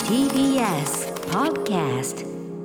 TBS Podcast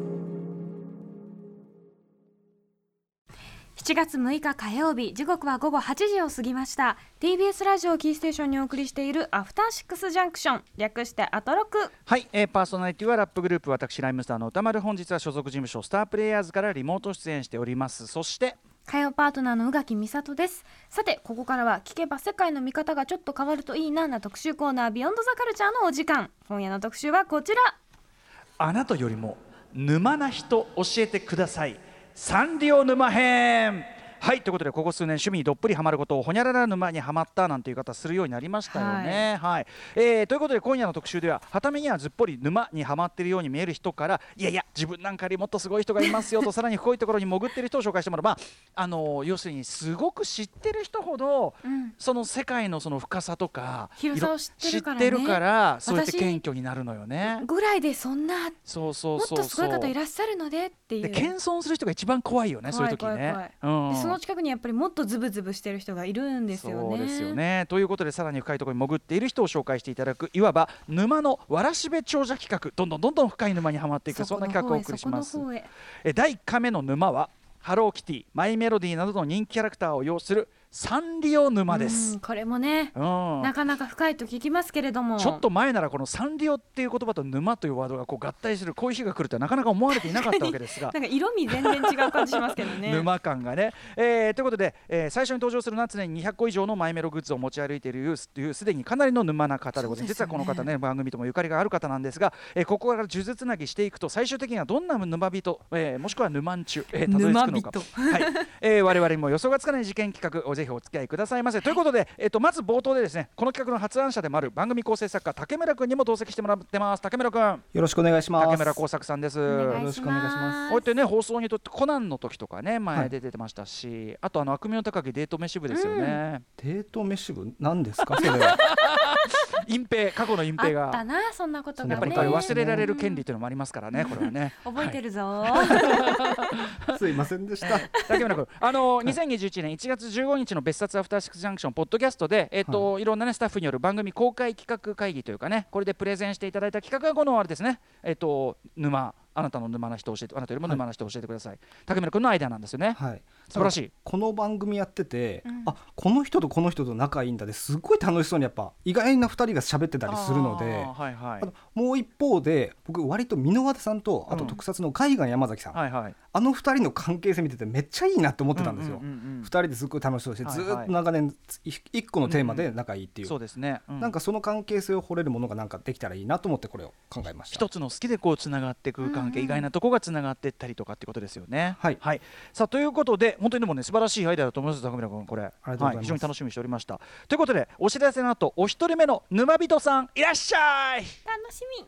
7月6日火曜日、時刻は午後8時を過ぎました。 TBS ラジオキーステーションにお送りしているアフターシックスジャンクション、略してアトロク。 はい、パーソナリティはラップグループ私ライムスターの歌丸。本日は所属事務所スタープレイヤーズからリモート出演しております。そして火曜パートナーの宇垣美里です。さて、ここからは聞けば世界の見方がちょっと変わるといいな特集コーナー、ビヨンドザカルチャーのお時間。今夜の特集はこちら。 あなたよりも沼な人教えてください、サンリオ沼編。はい、ということでここ数年趣味にどっぷりハマることをほにゃらら沼にハマったなんていう方するようになりましたよね。はいということで今夜の特集では、はためにはずっぽり沼にハマっているように見える人から、いやいや自分なんかよりもっとすごい人がいますよとさらに深いところに潜っている人を紹介してもらう。要するにすごく知ってる人ほど、その世界のその深さとか広さを知ってるからね。 知ってるからそうやって謙虚になるのよね。 ぐらいでそんなもっとすごい方いらっしゃるのでっていう。 で謙遜する人が一番怖いよね、そういう時ね。 でその近くにやっぱりもっとズブズブしてる人がいるんですよね。 そうですよね。ということでさらに深いところに潜っている人を紹介していただく、いわば沼のわらしべ長者企画、どんどん深い沼にはまっていく、そんな企画をお送りします。第1回目の沼はハローキティ、マイメロディなどの人気キャラクターを擁するサンリオ沼です。 これもね、なかなか深いと聞きますけれども、 ちょっと前ならこのサンリオっていう言葉と沼というワードがこう合体する、こういう日が来るとはなかなか思われていなかったわけですがなんか色味全然違う感じしますけどね沼感がね、ということで、最初に登場するのは常に200個以上のマイメログッズを持ち歩いているというすでにかなりの沼な方でございます。実はこの方ね、番組ともゆかりがある方なんですが、ここから数珠つなぎしていくと最終的にはどんな沼人、もしくは沼んちゅ、たどり着くのか、我々にも予想がつかない事件企画をぜひお付き合いください。ということで、まず冒頭でですね、この企画の発案者でもある番組構成作家竹村君にも同席してもらってます。竹村君、よろしくお願いします。 竹村耕作さんです。 よろしくお願いします。 こうやってね、放送にとってコナンの時とかね、前出てましたし、あと悪名高きデート飯部ですよね。 デート飯部なんですかそれは隠蔽、過去の隠蔽があったな、そんなことがね。 やっぱり忘れられる権利というのもありますからね、これはね覚えてるぞ、 すいませんでした。 竹村君、2021年1月15日の別冊アフターシックスジャンクションポッドキャストで、いろんな、ね、スタッフによる番組公開企画会議というかね、これでプレゼンしていただいた企画がこのあれですね、あなたの沼な人を教えて、あなたよりも沼な人を教えてください、竹村君のアイデアなんですよね。素晴らしい。 この番組やってて、この人とこの人と仲いいんだですごい楽しそうにやっぱ意外な2人が喋ってたりするので、もう一方で僕割と箕輪田さんと、あと特撮の海岸山崎さん、あの2人の関係性見ててめっちゃいいなって思ってたんですよ。2人ですごい楽しそうで、ずっと長年1個のテーマで仲いいっていう、 そうですね、 なんかその関係性を掘れるものがなんかできたらいいなと思ってこれを考えました。 一つの好きでこうつながっていく関係、意外なとこがつながっていったりとかってことですよね。さあということで、本当にでもね、素晴らしいアイデアだと思います。竹村君、これ非常に楽しみにしておりました。ということで、お知らせの後、お一人目の沼人さんいらっしゃい。 楽しみ。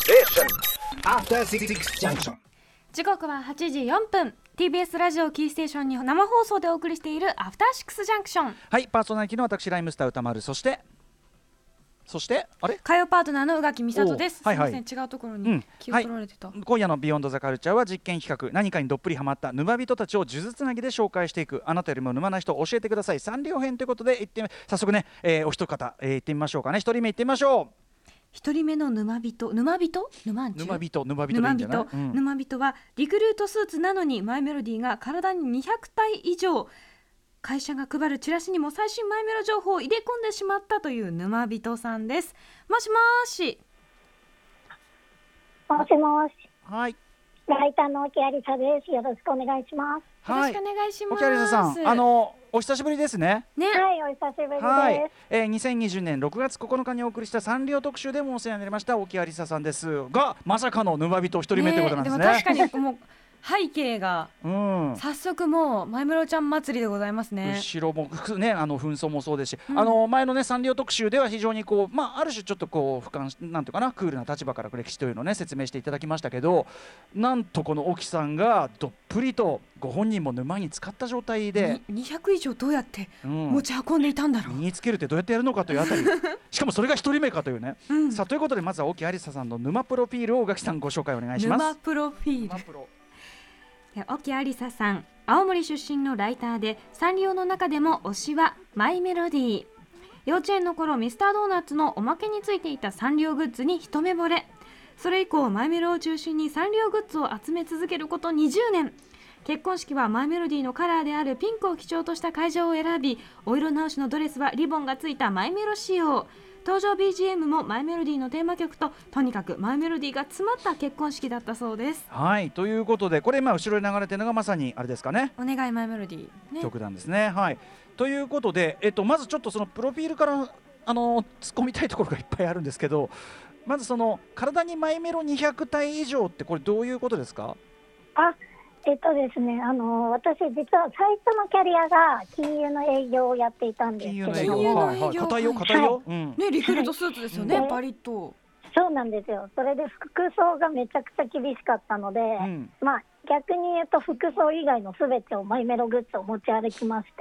時刻は8時4分 TBS ラジオキーステーションに生放送でお送りしているアフターシックスジャンクション。 はい、パーソナリティの私ライムスター歌丸、そしてあれ火曜パートナーの宇垣美里です。すみません、違うところに気を取られてた。 今夜のビヨンドザカルチャーは実験企画、何かにどっぷりハマった沼人たちを数珠つなぎで紹介していく、あなたよりも沼な人を教えてください、サンリオ編ということで早速ね、お一方、行ってみましょうかね。一人目行ってみましょう。 一人目の沼人はリクルートスーツなのにマイメロディが体に200体以上、会社が配るチラシにも最新マイメロ情報を入れ込んでしまったという沼人さんです。もしもし。 もしもし。 はい。 ライターの沖有沙です。よろしくお願いします。 よろしくお願いします。 沖有沙さん、お久しぶりですね。 はい、お久しぶりです。 2020年6月9日にお送りしたサンリオ特集でもお世話になりました沖有沙さんですが、まさかの沼人一人目ということなんですね。 でも確かにもう背景が、早速もうマイメロちゃん祭りでございますね。 後ろもね、紛争もそうですし、前のねサンリオ特集では非常にこう、ある種ちょっとこう俯瞰なんていうかな、クールな立場から歴史というのをね説明していただきましたけど、なんとこの沖さんがどっぷりとご本人も沼に浸かった状態で 200以上どうやって持ち運んでいたんだろう、 身につけるってどうやってやるのかというあたりしかもそれが一人目かというね、さあということで、まずは沖有沙さんの沼プロフィールを宇垣さんご紹介お願いします。 沼プロフィール。沖有沙さん、青森出身のライターで、サンリオの中でも推しはマイメロディー。幼稚園の頃ミスタードーナツのおまけについていたサンリオグッズに一目惚れ。 それ以降マイメロを中心にサンリオグッズを集め続けること20年。結婚式はマイメロディのカラーであるピンクを基調とした会場を選び、お色直しのドレスはリボンがついたマイメロ仕様。登場 BGM もマイメロディのテーマ曲と、とにかくマイメロディが詰まった結婚式だったそうです。 はい、ということでこれ今後ろに流れてるのがまさにあれですかね、 お願いマイメロディ、ね、 曲なんですね。はい、ということで、まずちょっとそのプロフィールから突っ込みたいところがいっぱいあるんですけど、まずその体にマイメロ200体以上ってこれどういうことですか？ ですね、私実は最初のキャリアが金融の営業をやっていたんですけれども、 金融の営業、 硬いよ硬いよ、 ね、リクルートスーツですよね、バリッと。 そうなんですよ。それで服装がめちゃくちゃ厳しかったので、まあ逆に言うと服装以外のすべてをマイメログッズを持ち歩きまして、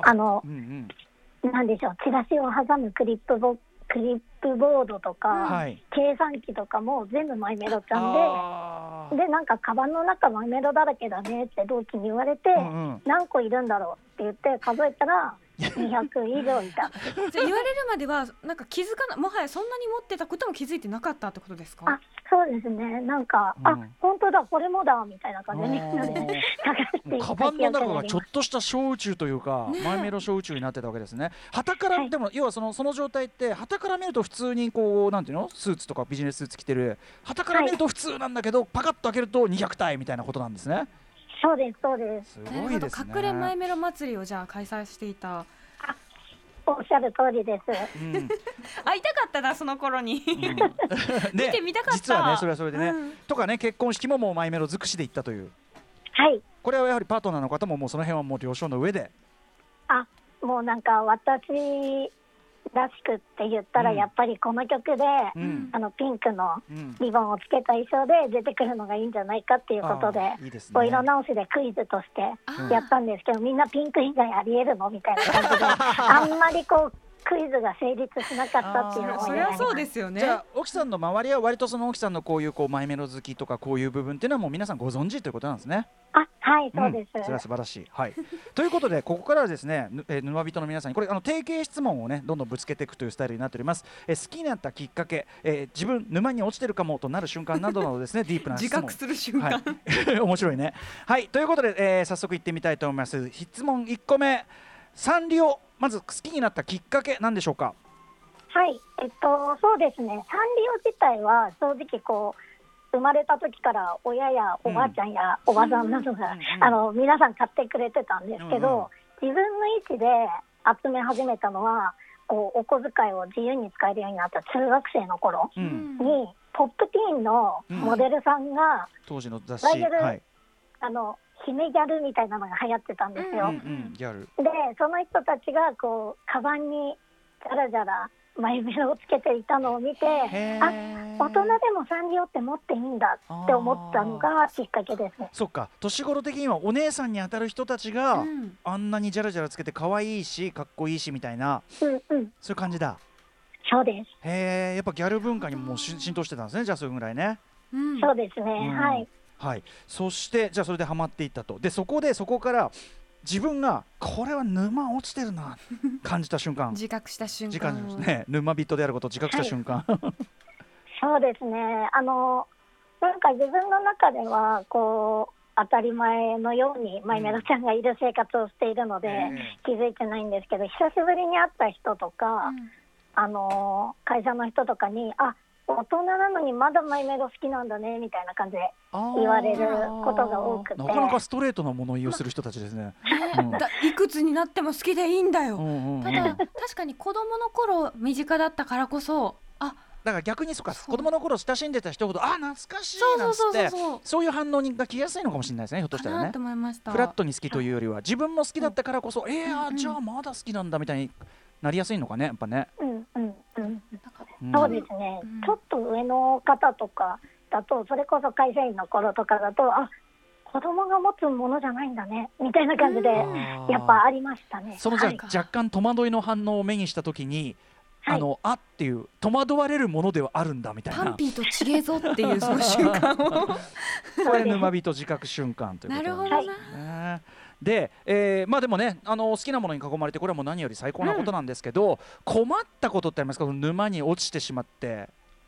なんでしょう、チラシを挟むクリップボードとか、計算機とかも全部マイメロちゃんで、なんかカバンの中マイメロだらけだねって同期に言われて、何個いるんだろうって言って数えたら200以上いた。 じゃ言われるまではなんか気づかな、もはやそんなに持ってたことも気づいてなかったってことですか？ そうですね。なんか、本当だこれもだみたいな感じで探していた。 カバンの中がちょっとした小宇宙というか、マイメロ小宇宙になってたわけですね。旗から、でも要はその状態って旗から見ると普通にこうなんていうの、スーツとかビジネススーツ着てる、旗から見ると普通なんだけど、パカッと開けると200体みたいなことなんですね。 そうですそうです。 すごいですね。 隠れマイメロ祭りをじゃあ開催していた。 おっしゃる通りです。 会いたかったなその頃に。見てみたかった。 実はねそれはそれでね、とかね、結婚式ももうマイメロ尽くしで行ったという。 はい。 これはやはりパートナーの方ももうその辺はもう了承の上で。 もうなんか私らしくって言ったらやっぱりこの曲で、ピンクのリボンをつけた衣装で出てくるのがいいんじゃないかっていうことで、お色直しでクイズとしてやったんですけど、みんなピンク以外ありえるのみたいな感じであんまりこうクイズが成立しなかったっていうのも。 それはそうですよね。 じゃあ沖さんの周りは割とその沖さんのこういうマイメロ好きとかこういう部分っていうのはもう皆さんご存知ということなんですね。 はいそうです、 それは素晴らしい。はいということでここからはですね、沼人の皆さんにこれ定型質問をねどんどんぶつけていくというスタイルになっております。好きになったきっかけ、自分沼に落ちてるかもとなる瞬間などなどですねディープな質問自覚する瞬間、 面白いね。はいということで、早速いってみたいと思います。質問1個目、サンリオまず好きになったきっかけなんでしょうか？ はい、そうですね、サンリオ自体は正直こう生まれた時から親やおばあちゃんやおばさんなどが、皆さん買ってくれてたんですけど、自分の意思で集め始めたのはこうお小遣いを自由に使えるようになった中学生の頃に、ポップティーンのモデルさんが、 当時の雑誌、姫ギャルみたいなのが流行ってたんですよ。 ギャルでその人たちがこうカバンにジャラジャラマイメロをつけていたのを見て、大人でもサンリオって持っていいんだって思ったのがきっかけです。 そっか、年頃的にはお姉さんに当たる人たちが、あんなにジャラジャラつけて可愛いしかっこいいしみたいな、そういう感じだ。 そうです。 やっぱギャル文化にも浸透してたんですね。じゃあそういうぐらいね。 そうですね、 はい、そしてじゃあそれでハマっていったと。でそこから自分がこれは沼落ちてるな感じた瞬間自覚した瞬間ですね、沼人であることを自覚した瞬間、 そうですね、なんか自分の中ではこう当たり前のようにマイメロちゃんがいる生活をしているので、気づいてないんですけど、久しぶりに会った人とか、会社の人とかに大人なのにまだマイメロ好きなんだねみたいな感じで言われることが多くて、 なかなかストレートな物言いをする人たちですね。 いくつになっても好きでいいんだよ。ただ確かに子供の頃身近だったからこそ、 だから逆にそうか、子供の頃親しんでた人ほど懐かしいなんつってそういう反応が来やすいのかもしれないですね。ひょっとしたらね、フラットに好きというよりは自分も好きだったからこそ、じゃあまだ好きなんだみたいになりやすいのかね、やっぱね。 そうですね、ちょっと上の方とかだと、それこそ会社員の頃とかだと、子供が持つものじゃないんだねみたいな感じでやっぱありましたね。 その若干戸惑いの反応を目にしたときに、っていう戸惑われるものではあるんだみたいな、 パンピーとちげえぞっていうその瞬間をこれ沼人自覚瞬間ということなんですね。で、でもね、好きなものに囲まれてこれはもう何より最高なことなんですけど、困ったことってありますか？沼に落ちてしまって。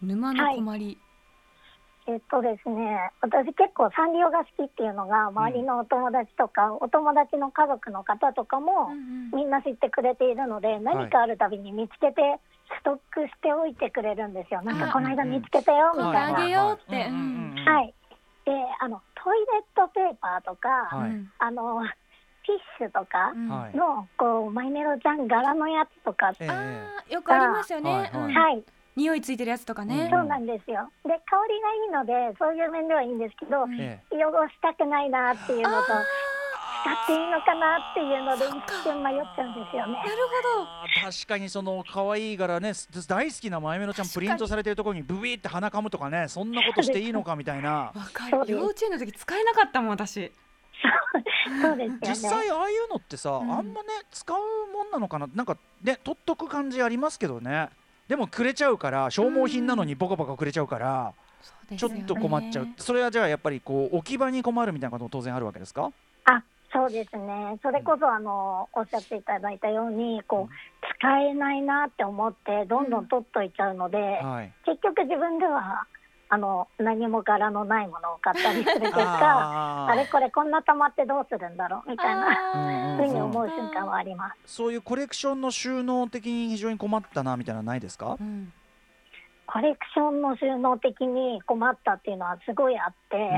沼の困り。 ですね、私結構サンリオが好きっていうのが周りのお友達とか、お友達の家族の方とかもみんな知ってくれているので、何かあるたびに見つけてストックしておいてくれるんですよ。なんかこの間見つけたよみたいな。 あげようって。 はい。で、トイレットペーパーとか、ティッシュとかのこうマイメロちゃん柄のやつとか、 よくありますよね。 はい。 匂いついてるやつとかね。 そうなんですよ。で、香りがいいのでそういう面ではいいんですけど、汚したくないなっていうのと、使っていいのかなっていうので一瞬迷っちゃうんですよね。 なるほど。確かにその可愛い柄ね、大好きなマイメロちゃんプリントされてるところにブビーって鼻かむとかね、そんなことしていいのかみたいな。 わかる。幼稚園の時使えなかったもん私。 そうですよね。 実際ああいうのってさ、あんまね使うもんなのかな、なんかね取っとく感じありますけどね。でもくれちゃうから消耗品なのにボカボカくれちゃうから、ちょっと困っちゃう。それはじゃあやっぱりこう置き場に困るみたいなことも当然あるわけですか？ そうですね。それこそおっしゃっていただいたようにこう使えないなって思ってどんどん取っといちゃうので、結局自分では何も柄のないものを買ったりする結果、あれこれこんな溜まってどうするんだろうみたいなふうに思う瞬間はあります。 そういうコレクションの収納的に非常に困ったなみたいなのないですか？ コレクションの収納的に困ったっていうのはすごいあって、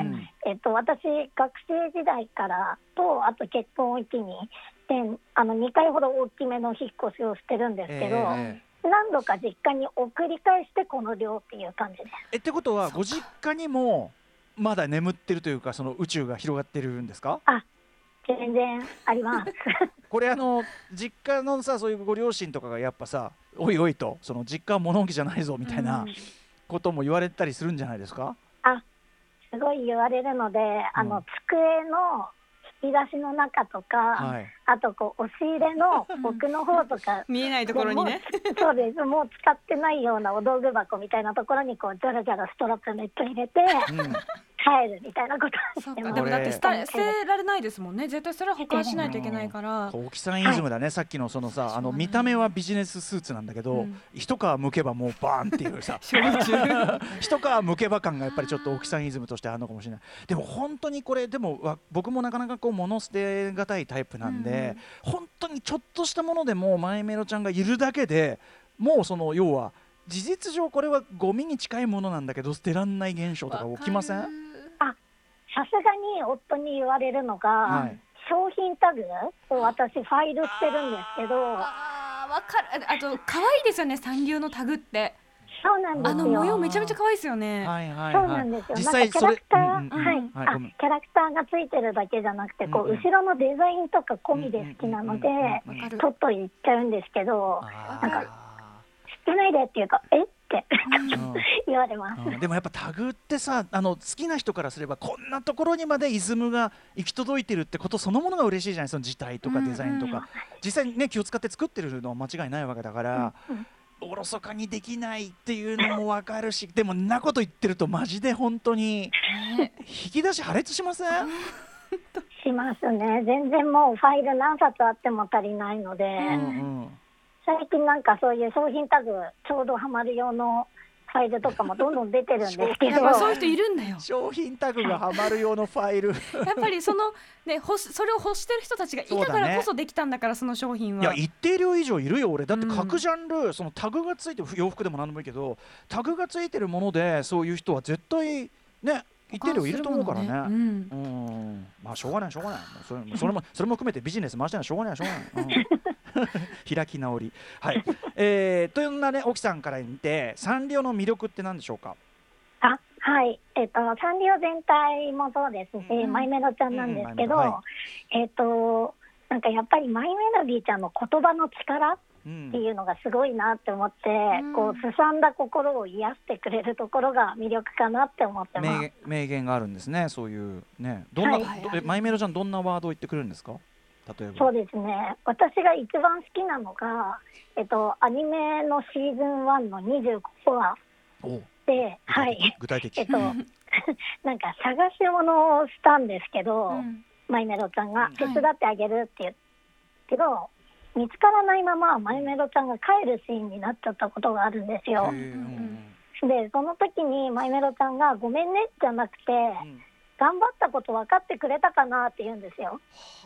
私学生時代からとあと結婚を機に2回ほど大きめの引っ越しをしてるんですけど、何度か実家に送り返してこの量っていう感じです。 ってことはご実家にもまだ眠ってるというか、その宇宙が広がってるんですか？ 全然ありますこれ実家のさ、そういうご両親とかがやっぱさ、おいおいとその実家は物置じゃないぞみたいなことも言われたりするんじゃないですか？ すごい言われるので、机の引き出しの中とか、あとこう押し入れの奥の方とか見えないところにねそうです。もう使ってないようなお道具箱みたいなところにこうジャラジャラストラップネット入れて、帰るみたいなことをしてます。 でもだって捨てられないですもんね。絶対それは保管しないといけないから。 大木さんイズムだね。さっきのそのさ、見た目はビジネススーツなんだけど、一皮むけばもうバーンっていうさ一皮むけば感がやっぱりちょっと大木さんイズムとしてあるのかもしれない。でも本当にこれでも僕もなかなかこう物捨てがたいタイプなんで、本当にちょっとしたものでもマイメロちゃんがいるだけでもうその要は事実上これはゴミに近いものなんだけど捨てらんない現象とか起きません？ さすがに夫に言われるのが、商品タグを私ファイルしてるんですけど、 わかる。あと可愛いですよね、サンリオのタグって。 そうなんですよ。 模様めちゃめちゃ可愛いですよね。 そうなんですよ。実際それキャラクターがついてるだけじゃなくて、こう後ろのデザインとか込みで好きなので取っといっちゃうんですけど、なんか知ってないでって言うとって言われます。 でもやっぱタグってさ、好きな人からすればこんなところにまでイズムが行き届いてるってことそのものが嬉しいじゃない。その字体とかデザインとか、実際ね気を使って作ってるのは間違いないわけだから、おろそかにできないっていうのも分かるし、でもんなこと言ってるとマジで本当に引き出し破裂しません？ しますね。全然もうファイル何冊あっても足りないので、最近なんかそういう商品タグちょうどハマる用のファイルとかもどんどん出てるんですけどそういう人いるんだよ。 商品タグがハマる用のファイルやっぱりその、ね、それを欲してる人たちがいたからこそできたんだから、その商品は。 いや一定量以上いるよ俺。だって各ジャンル、そのタグがついてる洋服でも何でもいいけどタグがついてるものでそういう人は絶対ね一定量いると思うからね。まあしょうがないそれも含めてビジネス回してないしょうがない開き直り。というなね、沖さんから見てサンリオの魅力って何でしょうか？ サンリオ全体もそうですし、マイメロちゃんなんですけど、なんかやっぱりマイメロディちゃんの言葉の力っていうのがすごいなって思って、こうすさんだ心を癒してくれるところが魅力かなって思ってます。 名言があるんですね。そういうね、マイメロちゃんどんなワードを言ってくるんですか？例えば。そうですね、私が一番好きなのが、アニメのシーズン1の25話で、 具体的なんか探し物をしたんですけど、マイメロちゃんが手伝ってあげるって言うけど、見つからないままマイメロちゃんが帰るシーンになっちゃったことがあるんですよ。 でその時にマイメロちゃんがごめんねじゃなくて、頑張ったこと分かってくれたかなって言うんですよ。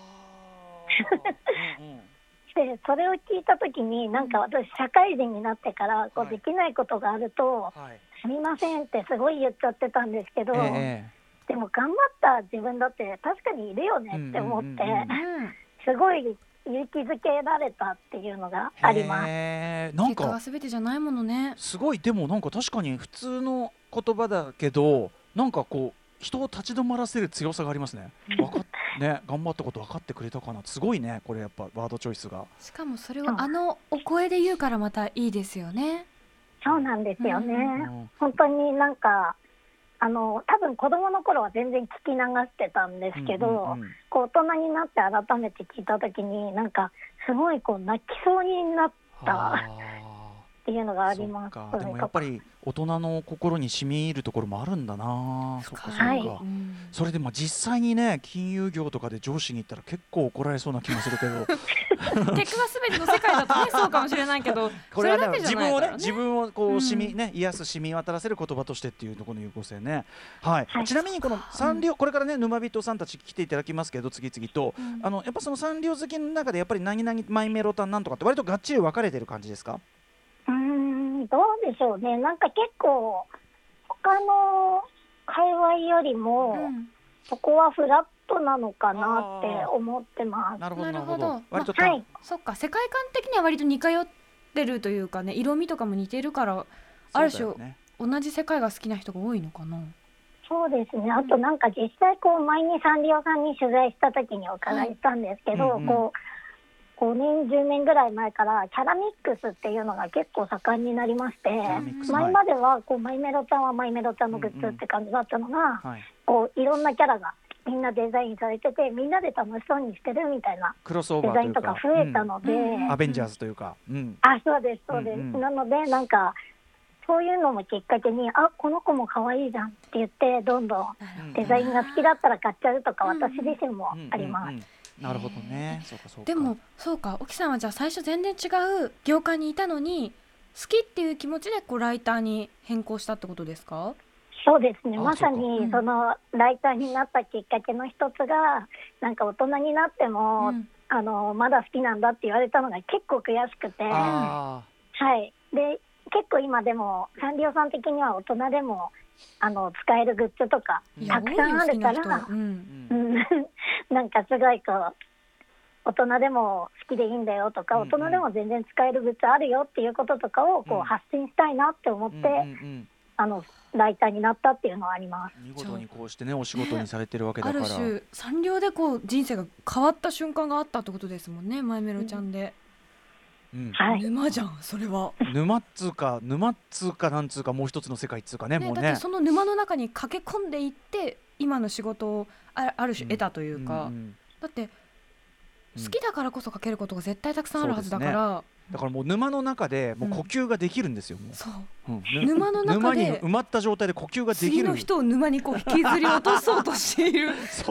でそれを聞いた時になんか私社会人になってからこうできないことがあると、すみませんってすごい言っちゃってたんですけど、でも頑張った自分だって確かにいるよねって思って、すごい勇気づけられたっていうのがあります。 結果が全てじゃないものね。 すごい。でもなんか確かに普通の言葉だけど、なんかこう人を立ち止まらせる強さがありますね。ね、頑張ったこと分かってくれたかな。すごいね、これやっぱワードチョイスが。 しかもそれをお声で言うからまたいいですよね。 そうなんですよね、本当になんか多分子供の頃は全然聞き流してたんですけど、こう大人になって改めて聞いた時になんかすごいこう泣きそうになったっていうのがあります。 でもやっぱり大人の心に染み入るところもあるんだな。そっかそっか、それで実際にね金融業とかで上司に行ったら結構怒られそうな気もするけど結果が全ての世界だとねそうかもしれないけどこれはだから自分をこう癒す染み渡らせる言葉としてっていうところの有効性ね。ちなみにこのサンリオ、これからね沼人さんたち来ていただきますけど次々と、やっぱそのサンリオ好きの中でやっぱり何々マイメロタンなんとかって割とがっちり分かれてる感じですか？ どうでしょうね。なんか結構他の界隈よりも、そこはフラットなのかなって思ってます。 なるほど。そっか、世界観的には割と似通ってるというかね、色味とかも似てるからある種、同じ世界が好きな人が多いのかな。 そうですね。あとなんか実際こう前にサンリオさんに取材した時にお伺いしたんですけど、こう5年10年ぐらい前からキャラミックスっていうのが結構盛んになりまして、前まではこうマイメロちゃんはマイメロちゃんのグッズって感じだったのが、こういろんなキャラがみんなデザインされててみんなで楽しそうにしてるみたいなデザインとか増えたので、 アベンジャーズというか、 そうですそうです、なのでなんかそういうのもきっかけにこの子も可愛いじゃんって言ってどんどんデザインが好きだったら買っちゃうとか私自身もあります。 なるほどね。そうか。 でもそうか、沖さんはじゃあ最初全然違う業界にいたのに好きっていう気持ちでこうライターに変更したってことですか？ そうですね。まさにそのライターになったきっかけの一つがなんか大人になっても、まだ好きなんだって言われたのが結構悔しくて、で結構今でもサンリオさん的には大人でも使えるグッズとかたくさんあるからなんかすごいこう大人でも好きでいいんだよとか、大人でも全然使えるグッズあるよっていうこととかをこう発信したいなって思って、ライターになったっていうのはあります。 見事にこうしてねお仕事にされてるわけだから、 ある種サンリオでこう人生が変わった瞬間があったってことですもんね、マイメロちゃんで。沼じゃんそれは。 沼っつうかなんつうかもう一つの世界っつうかね、もうね。 だってその沼の中に駆け込んでいって今の仕事をある種得たというか、だって好きだからこそかけることが絶対たくさんあるはずだから、 だからもう沼の中でもう呼吸ができるんですよ。もうそう、沼の中で沼に埋まった状態で呼吸ができる。 次の人を沼にこう引きずり落とそうとしている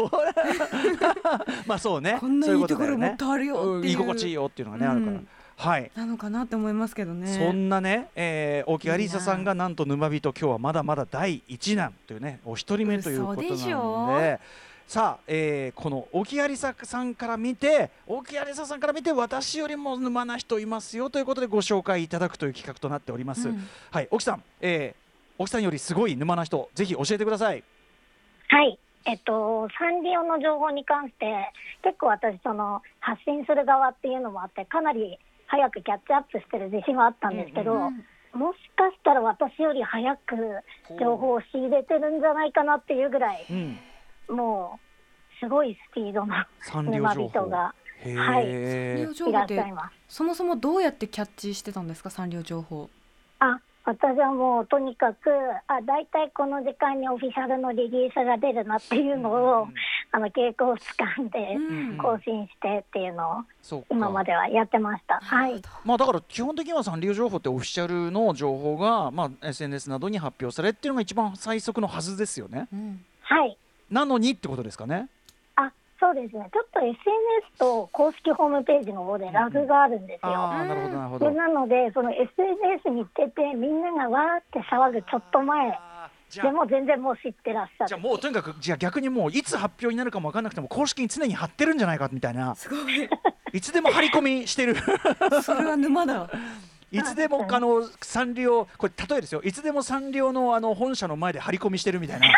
まあそうね、 こんないいところもっとあるよっていう、 居心地いいよっていうのがね、あるからなのかなって思いますけどね。 そんなね、大木有沙さんがなんと沼人今日はまだまだ第1弾というねお一人目ということなので、さあ、この大木有沙さんから見て私よりも沼な人いますよということでご紹介いただくという企画となっております。沖さん、沖さんよりすごい沼な人ぜひ教えてください。 はい、サンリオの情報に関して結構私その発信する側っていうのもあってかなり早くキャッチアップしてる自信はあったんですけど、もしかしたら私より早く情報を仕入れてるんじゃないかなっていうぐらい、もうすごいスピードの沼人がいらっしゃいます。 そもそもどうやってキャッチしてたんですか、サンリオ情報。 私はもうとにかくだいたいこの時間にオフィシャルのリリースが出るなっていうのを、傾向をつかんで更新してっていうのを今まではやってました。 だから基本的にはサンリオ情報ってオフィシャルの情報が、SNS などに発表されっていうのが一番最速のはずですよね。なのにってことですかね。 そうですね、ちょっと SNS と公式ホームページの方でラグがあるんですよ。 なるほどなるほど。 でなのでその SNS に出てみんながわーって騒ぐちょっと前でも全然もう知ってらっしゃる。 じゃあもうとにかくじゃあ逆にもういつ発表になるかも分からなくても公式に常に貼ってるんじゃないかみたいな。 すごいいつでも張り込みしてるそれは沼だいつでもサンリオ、これ例えですよ、いつでもサンリオの本社の前で張り込みしてるみたいな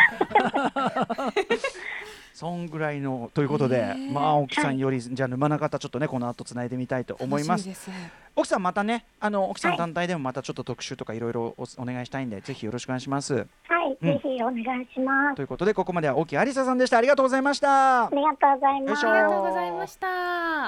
そんぐらいのということで、まあ沖さんより、じゃあ沼な方ちょっとねこの後つないでみたいと思います。沖さんまたね沖さん団体でもまたちょっと特集とかいろいろお願いしたいんで、ぜひよろしくお願いします。 はい、ぜひお願いします。 ということでここまでは沖有沙さんでした。ありがとうございました。 ありがとうございます。 ありがとうございました。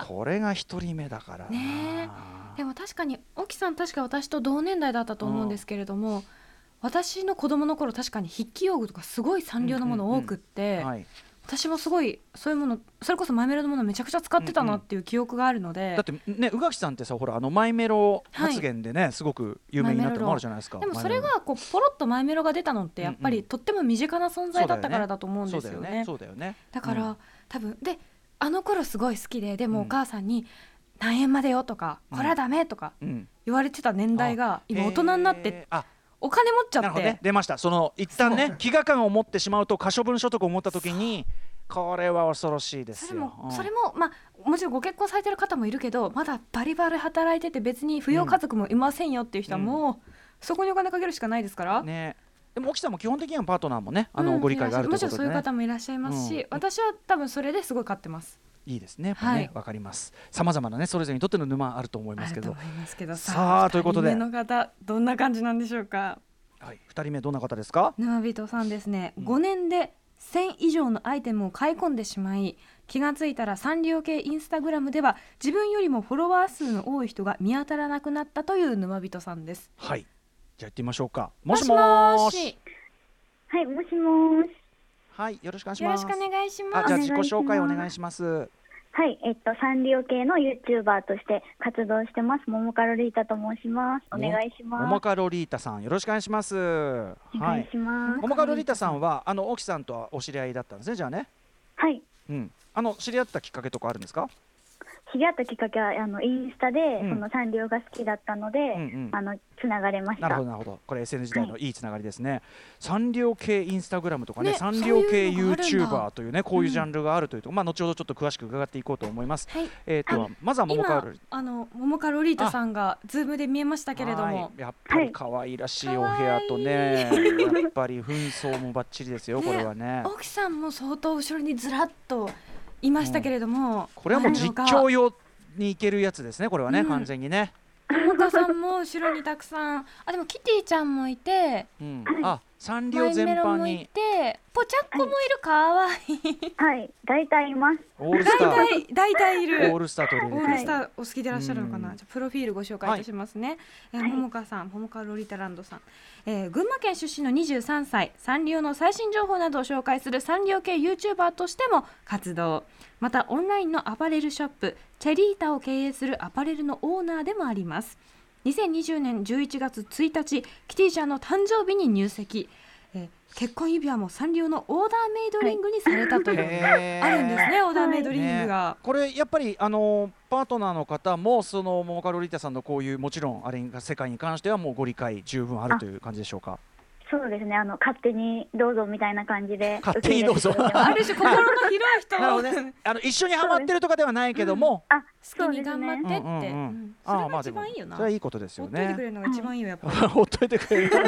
これが一人目だからね。でも確かに沖さん確か私と同年代だったと思うんですけれども、私の子供の頃確かに筆記用具とかすごいサンリオのもの多くって、私もすごいそういうもの、それこそマイメロのものめちゃくちゃ使ってたなっていう記憶があるので、 だってね宇垣さんってさほらマイメロ発言でね、すごく有名になったのもあるじゃないですか。 でもそれがこうポロッとマイメロが出たのってやっぱりとっても身近な存在だったからだと思うんですよね。 そうだよね。 だから多分であの頃すごい好きで、でもお母さんに何円までよとか、これはダメとか言われてた年代が今大人になってお金持っちゃって、 出ました。その一旦ね飢餓感を持ってしまうと可処分所得を持った時にこれは恐ろしいですよ。 それもまあもちろんご結婚されてる方もいるけど、まだバリバリ働いてて別に扶養家族もいませんよっていう人はもうそこにお金かけるしかないですからね。 でも沖さんも基本的にはパートナーもねご理解があるということでね、もちろんそういう方もいらっしゃいますし、私は多分それですごい買ってます。 いいですね、わかります。さまざまなねそれぞれにとっての沼あると思いますけど、 さあということで2人目の方どんな感じなんでしょうか。 はい、2人目どんな方ですか。 沼人さんですね、5年で1000以上のアイテムを買い込んでしまい、気がついたらサンリオ系インスタグラムでは自分よりもフォロワー数の多い人が見当たらなくなったという沼人さんです。 はい、じゃあ行ってみましょうか。もしもーし。 はい、もしもーし。 はい、よろしくお願いします。 よろしくお願いします。 じゃあ自己紹介お願いします。 はい、サンリオ系の YouTuber として活動してますモモカロリータと申します。お願いします。 モモカロリータさんよろしくお願いします。お願いします。 モモカロリータさんは沖さんとはお知り合いだったんですね。じゃあね。 はい。 知り合ったきっかけとかあるんですか。 知り合ったきっかけはインスタで、そのサンリオが好きだったので、つながれました。 なるほどなるほど。これ SNS 時代のいいつながりですね。サンリオ系インスタグラムとかね、サンリオ系 YouTuber というねこういうジャンルがあるというと、後ほどちょっと詳しく伺っていこうと思います。まずはモモカロリモモカロリータさんがズームで見えましたけれども、 やっぱり可愛らしいお部屋とね、やっぱり紛争もバッチリですよこれはね。 沖さんも相当後ろにずらっといましたけれども、 これはもう実況用に行けるやつですねこれはね、完全にね。 モカさんも後ろにたくさんでもキティちゃんもいて、 サンリオ全般にいて、ポチャッコもいる、かわいい。 はい、大体います。 オールスター大体いる。 オールスター取り入れて、 オールスターお好きでいらっしゃるのかな。じゃプロフィールご紹介いたしますね。モモカさん、モモカロリタランドさん、群馬県出身の23歳、サンリオの最新情報などを紹介するサンリオ系 YouTuber としても活動。またオンラインのアパレルショップチェリータを経営するアパレルのオーナーでもあります。2020年11月1日キティちゃんの誕生日に入籍、結婚指輪もサンリオのオーダーメイドリングにされたという、あるんですね、オーダーメイドリングが、 これやっぱりパートナーの方もそのモモカロリータさんのこういうもちろんあれ世界に関してはもうご理解十分あるという感じでしょうか。 そうですね、勝手にどうぞみたいな感じで勝手にどうぞある種心の広い人なるほど、ね、一緒にハマってるとかではないけども、 好きに頑張ってって、それが一番いいよな。 それはいいことですよね。 ほっといてくれるのが一番いいよやっぱり。 ほっといてくれる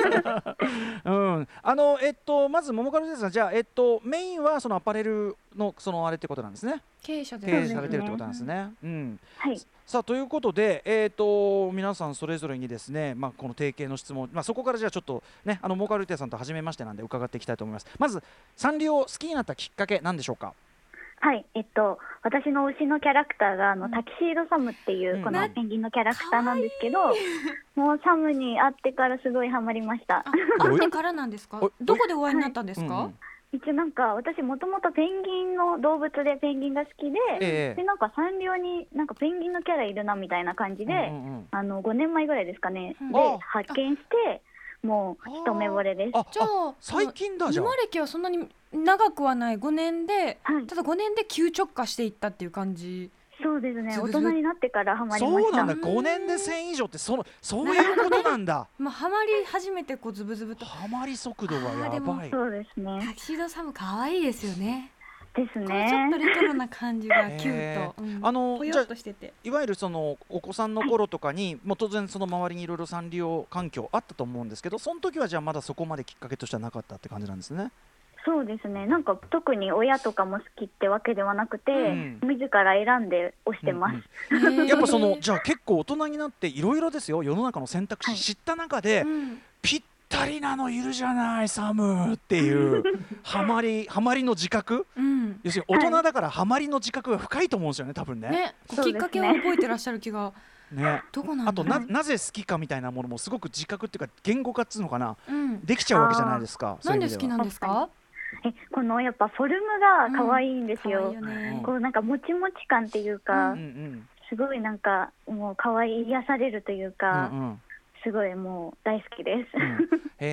まずモモカロリータさん、じゃあメインはそのアパレルのそのあれってことなんですね。 経営者で経営されてるってことなんですね。 はい。 さあということで、皆さんそれぞれにですね、この提携の質問、そこからじゃあちょっとねモモカロリータさんと初めましてなんで伺っていきたいと思います。まずサンリオを好きになったきっかけなんでしょうか。 はい、私の推しのキャラクターがタキシードサムっていうこのペンギンのキャラクターなんですけど、もうサムに会ってからすごいハマりました。 会ってからなんですか。どこでお会いになったんですか。 一応私もともとペンギンの動物でペンギンが好きで、でサンリオにペンギンのキャラいるなみたいな感じで、5年前ぐらいですかねで発見して、 もう一目惚れです。 じゃあ最近だじゃん。 沼歴はそんなに長くはない5年で、 はい、 ただ5年で急直下していったっていう感じ。 そうですね、大人になってからハマりました。 そうなんだ、5年で1000以上ってそういうことなんだ。 まあ、ハマり始めてこうズブズブとハマり速度がやばい。 そうですね。 タキシードサム可愛いですよね。 ですね。 ちょっとレトロな感じがキュート、ぽよっとしてて、 いわゆるそのお子さんの頃とかに、もう当然その周りにいろいろサンリオ環境あったと思うんですけど、その時はじゃあまだそこまできっかけとしてはなかったって感じなんですね。 そうですね、なんか特に親とかも好きってわけではなくて、自ら選んで押してます、 やっぱじゃあ結構大人になっていろいろですよ、世の中の選択肢知った中で、ぴったりなのいるじゃないサムっていうハマりの自覚、要するに大人だからハマりの自覚が深いと思うんですよね、多分ね。 きっかけを覚えてらっしゃる気がどこなんだろう。 あとなぜ好きかみたいなものもすごく自覚っていうか言語化っていうのかな、できちゃうわけじゃないですか。 なんで好きなんですか？ このやっぱフォルムが可愛いんですよ。こうなんかもちもち感っていうか、すごいなんかもう可愛い、癒されるというか、すごいもう大好きです、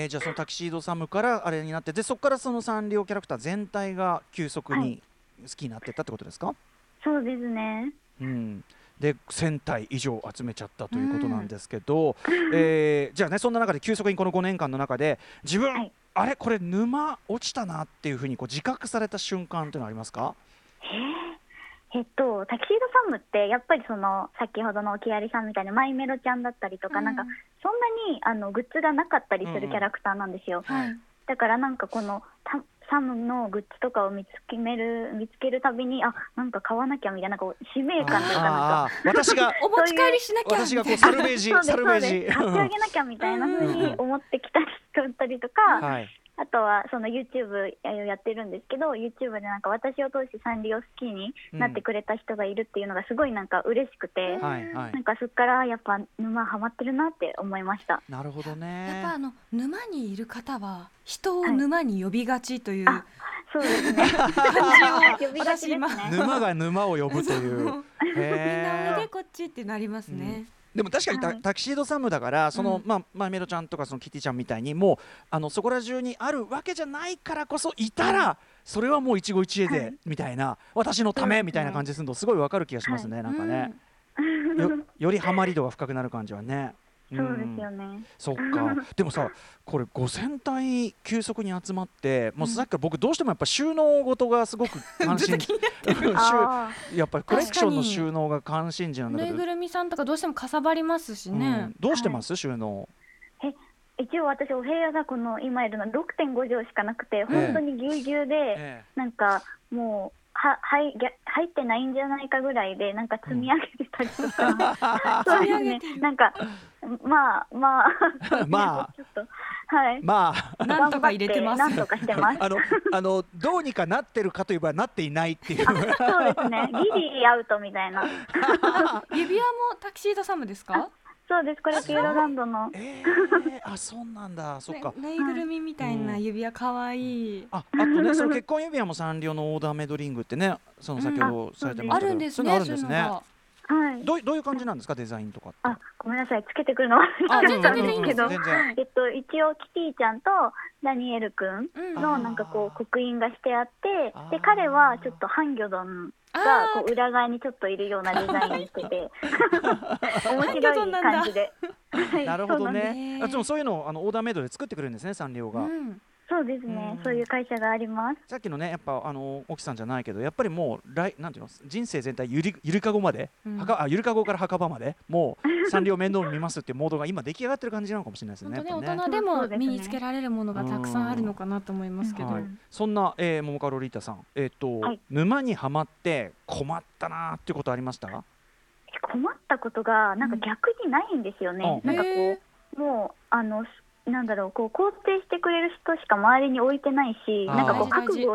じゃあそのタキシードサムからあれになって、でそこからそのサンリオキャラクター全体が急速に好きになっていったってことですか？ そうですね、 で1000体以上集めちゃったということなんですけど、じゃあね、そんな中で急速にこの5年間の中で自分、あれこれ沼落ちたなっていうふうにこう自覚された瞬間っていうのはありますか？ タキシードサムってやっぱりその先ほどのキアリさんみたいなマイメロちゃんだったりとか、なんかそんなにグッズがなかったりするキャラクターなんですよ、だからなんかこのサムのグッズとかを見つけるたびに、なんか買わなきゃみたいな、こう使命感というか、なんか私がお持ち帰りしなきゃ、 私がこうサルベージ買ってあげなきゃみたいな風に思ってきたりとか、あとはその YouTube やってるんですけど、 YouTube でなんか私を通してサンリオ好きになってくれた人がいるっていうのがすごいなんか嬉しくて、なんかそっからやっぱ沼ハマってるなって思いました。 なるほどね。 やっぱ沼にいる方は人を沼に呼びがちという、 そうですね感じを呼びがちですね。 沼が沼を呼ぶというみんなおいでこっちってなりますね、 でも確かにタキシードサムだからその、マイメロちゃんとかそのキティちゃんみたいにもうそこら中にあるわけじゃないからこそ、いたらそれはもう一期一会でみたいな、私のためみたいな感じするのすごいわかる気がしますね、なんかね、よりハマり度が深くなる感じはね。 そうですよね。 そっか。でもさ、これ5000体急速に集まって、もうさっきから僕どうしてもやっぱ収納事がすごく関心やっぱりコレクションの収納が関心事なんだけど、 ぬいぐるみさんとかどうしてもかさばりますしね、 どうしてます、収納？ 一応私お部屋がこの今いるの 6.5 畳しかなくて、本当にぎゅうぎゅうで、なんかもう入ってないんじゃないかぐらいで、なんか積み上げてたりとか、そうですね、なんかまあちょっとなんとか入れてます。 なんとかしてます。 どうにかなってるかといえばなっていないっていう。 そうですね。ギリアウトみたいな。 指輪もタキシードサムですか？ そうです、これピューロランドの。 そうなんだ、そっか。 ぬいぐるみみたいな指輪かわいい。 あとね、その結婚指輪もサンリオのオーダーメイドリングってね、その先ほどされてましたけど、 あるんですね。 あるんですね。どういう感じなんですか、デザインとかって。 ごめんなさい、つけてくるのは全然いいんですけど、 一応キティちゃんとダニエルくんのなんかこう刻印がしてあって、で彼はちょっとハンギョドンがこう裏側にちょっといるようなデザインにしてて面白い感じで。 なるほどね。でもそういうのをオーダーメイドで作ってくれるんですね、サンリオが。 そうですね、そういう会社があります。 さっきのね、やっぱ沖さんじゃないけど、やっぱりもうなんていうの、人生全体ゆりかごまで、ゆりかごから墓場までもうサンリオ面倒見ますっていうモードが今出来上がってる感じなのかもしれないですね。 本当ね、大人でも身につけられるものがたくさんあるのかなと思いますけど、 そんな桃香ロリータさん、沼にはまって困ったなっていうことありました？ 困ったことがなんか逆にないんですよね。なんかこうもうなんだろう、こう肯定してくれる人しか周りに置いてないし、なんかこう覚悟を決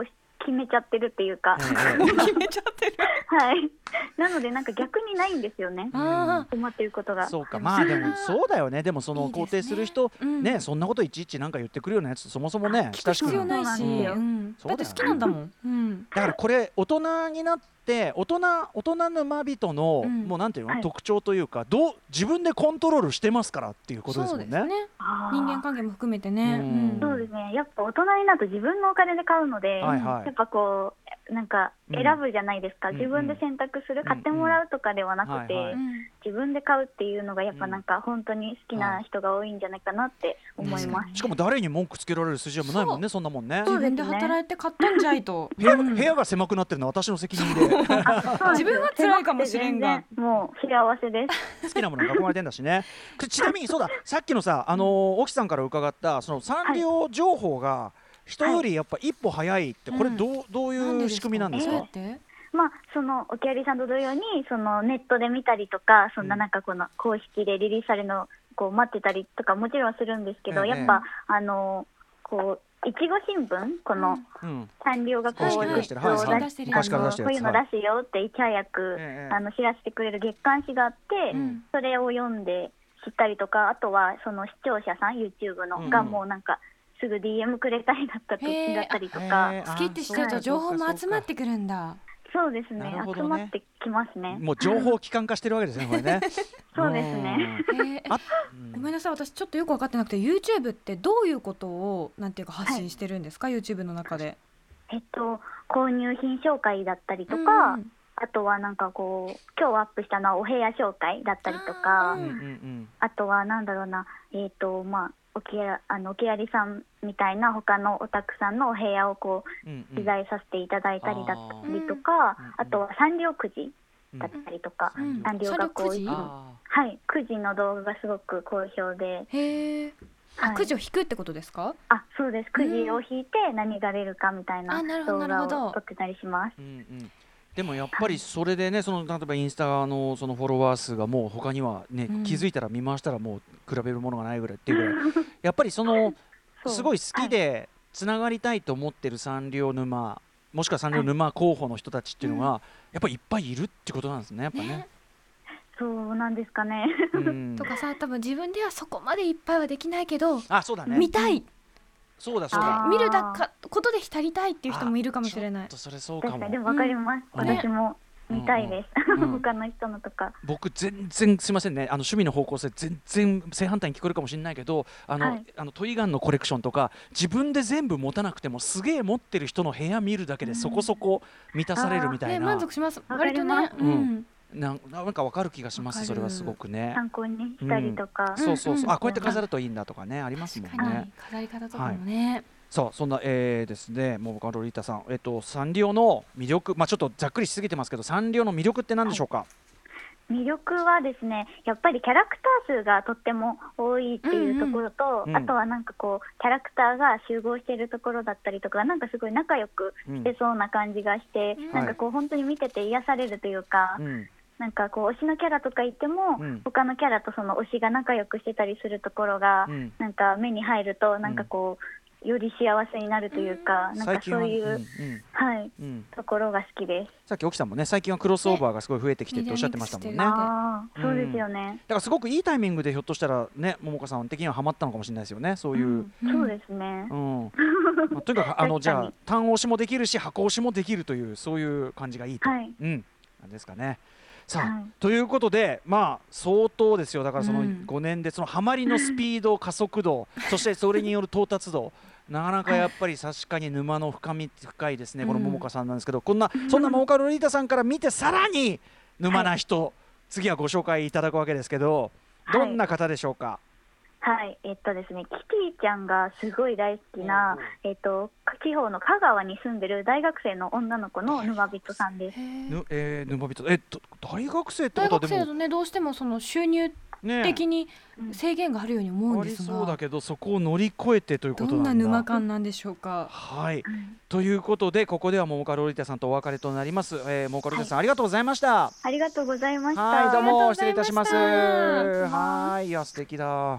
決めちゃってるっていうか、 決めちゃってる。 はい。なのでなんか逆にないんですよね。困っていることが。 そうか、まあでもそうだよね。でもその肯定する人ね、そんなこといちいちなんか言ってくるようなやつそもそもね親しくないし、だって好きなんだもん。 だからこれ大人になって大人沼人のもうなんていうの特徴というか、自分でコントロールしてますからっていうことですもんね。 そうですね。人間関係も含めてね。 そうですね。やっぱ大人になると自分のお金で買うので、やっぱこうなんか選ぶじゃないですか。自分で選択する、買ってもらうとかではなくて、自分で買うっていうのがやっぱなんか本当に好きな人が多いんじゃないかなって思います。 しかも誰に文句つけられる筋合いもないもんね、そんなもんね。 自分で働いて買ったんじゃいと。 部屋が狭くなってるのは私の責任で。 自分は辛いかもしれんが、 もう幸せです。 好きなものに囲まれてんだしね。ちなみにそうだ、さっきのさ沖さんから伺ったそのサンリオ情報が人よりやっぱ一歩早いって、これどういう仕組みなんですか？ まあ、そのおきゃりさんと同様にそのネットで見たりとか、そんななんかこの公式でリリースされるのをこう待ってたりとかもちろんするんですけど、やっぱこういちご新聞、このサンリオがこうグッズを出してこういうの出すよっていち早く知らせてくれる月刊誌があって、それを読んで知ったりとか、あとはその視聴者さん YouTube のがもうなんかすぐ DM くれたりだったりとか、 好きってしてると情報も集まってくるんだ。 そうですね、集まってきますね。 もう情報機関化してるわけですね、これね。 そうですね。 ごめんなさい、私ちょっとよく分かってなくて、 YouTube ってどういうことをなんていうか発信してるんですか、YouTube の中で。 購入品紹介だったりとか、あとはなんかこう今日アップしたのはお部屋紹介だったりとか、あとはなんだろうな、まあおきやりさんみたいな他のオタクさんのお部屋をこう取材させていただいたりだったりとか、あとはサンリオくじだったりとか、サンリオがこうくじの動画がすごく好評で。 くじを引くってことですか？ そうです。くじを引いて何が出るかみたいな動画を撮ってたりします。 でもやっぱりそれでね、その例えばインスタのそのフォロワー数がもう他にはね、気づいたら見回したらもう比べるものがないぐらいっていうぐらいやっぱりそのすごい好きでつながりたいと思ってるサンリオ沼、もしくはサンリオ沼候補の人たちっていうのがやっぱりいっぱいいるってことなんですね、やっぱね。 そうなんですかね。 とかさ、多分自分ではそこまでいっぱいはできないけど、 そうだね、 見たい、 そうだ見ることで浸りたいっていう人もいるかもしれない。 それそうかも。 でも分かります、私も見たいです、他の人のとか。 僕全然すいませんね、趣味の方向性全然正反対に聞こえるかもしれないけど、トイガンのコレクションとか自分で全部持たなくてもすげえ持ってる人の部屋見るだけでそこそこ満たされるみたいな、 満足します、割とね。 なんか分かる気がします。それはすごくね、 参考にしたりとか、 そうこうやって飾るといいんだとかね、ありますもんね。 飾り方とかもね。 そんなですね、もうロリータさん、サンリオの魅力、ちょっとざっくりしすぎてますけど、サンリオの魅力って何でしょうか？ 魅力はですね、やっぱりキャラクター数がとっても多いっていうところと、あとはなんかこうキャラクターが集合しているところだったりとか、なんかすごい仲良くしてそうな感じがして、なんかこう本当に見てて癒されるというか、なんかこう推しのキャラとかいても、他のキャラとその推しが仲良くしてたりするところが、なんか目に入るとなんかこう、より幸せになるというか、なんかそういう、ところが好きです。 さっき沖さんもね、最近はクロスオーバーがすごい増えてきてっておっしゃってましたもんね。 そうですよね。 だからすごくいいタイミングでひょっとしたらね、桃香さん的にはハマったのかもしれないですよね、そういう。 そうですね。 とにかくじゃあ単押しもできるし箱押しもできるという、そういう感じがいいと。ですかね。ということで、相当ですよ。だからその5年でそのハマりのスピード、加速度、そしてそれによる到達度、なかなかやっぱり確かに沼の深いですね、この桃香さんなんですけど、そんな桃香ロリータさんから見てさらに沼な人、次はご紹介いただくわけですけど、どんな方でしょうか？ ですね、キティちゃんがすごい大好きな、地方の香川に住んでる大学生の女の子の沼人さんです。 沼人、大学生ってことはでも、大学生だとね、どうしてもその収入的に制限があるように思うんですが、 ありそうだけど、そこを乗り越えてということなんだ。 どんな沼感なんでしょうか？ ということで、ここでは桃香ロリータさんとお別れとなります。桃香ロリータさん、ありがとうございました。 ありがとうございました。 どうも失礼いたします。いや素敵だ。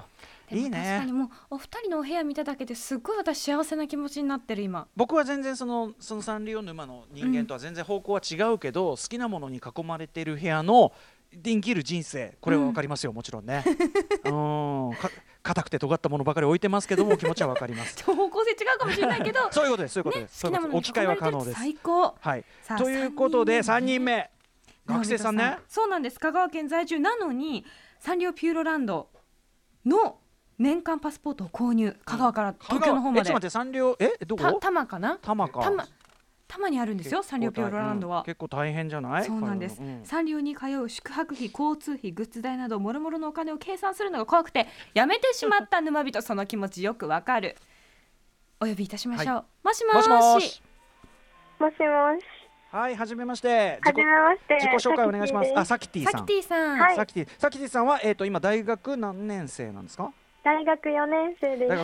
でもいいね。 確かにもうお二人のお部屋見ただけですっごい私幸せな気持ちになってる今。 僕は全然そのサンリオ沼の人間とは全然方向は違うけど、好きなものに囲まれている部屋の生きる人生、これは分かりますよ、もちろんね。硬くて尖ったものばかり置いてますけども、気持ちは分かります。 方向性違うかもしれないけどそういうことです、そういうことです、 好きなものに置き換えは可能です。 最高。 はい、 さあということで3人目学生さんね。 そうなんです。香川県在住なのにサンリオピューロランドの年間パスポートを購入、香川から東京の方まで。 ちょっと待って、サンリオどこ？ 多摩かな？ 多摩か。 多摩にあるんですよ、サンリオピューロランドは。 結構大変じゃない？ そうなんです。サンリオに通う宿泊費、交通費、グッズ代など諸々のお金を計算するのが怖くてやめてしまった沼人、その気持ちよくわかる。お呼びいたしましょう。 はい、 もしもし。 もしもし。 はい、はじめまして。 はじめまして。 自己紹介お願いします。サキティさん。 サキティさん。 はい。 サキティさんは今大学何年生なんですか？ 大学4年生です。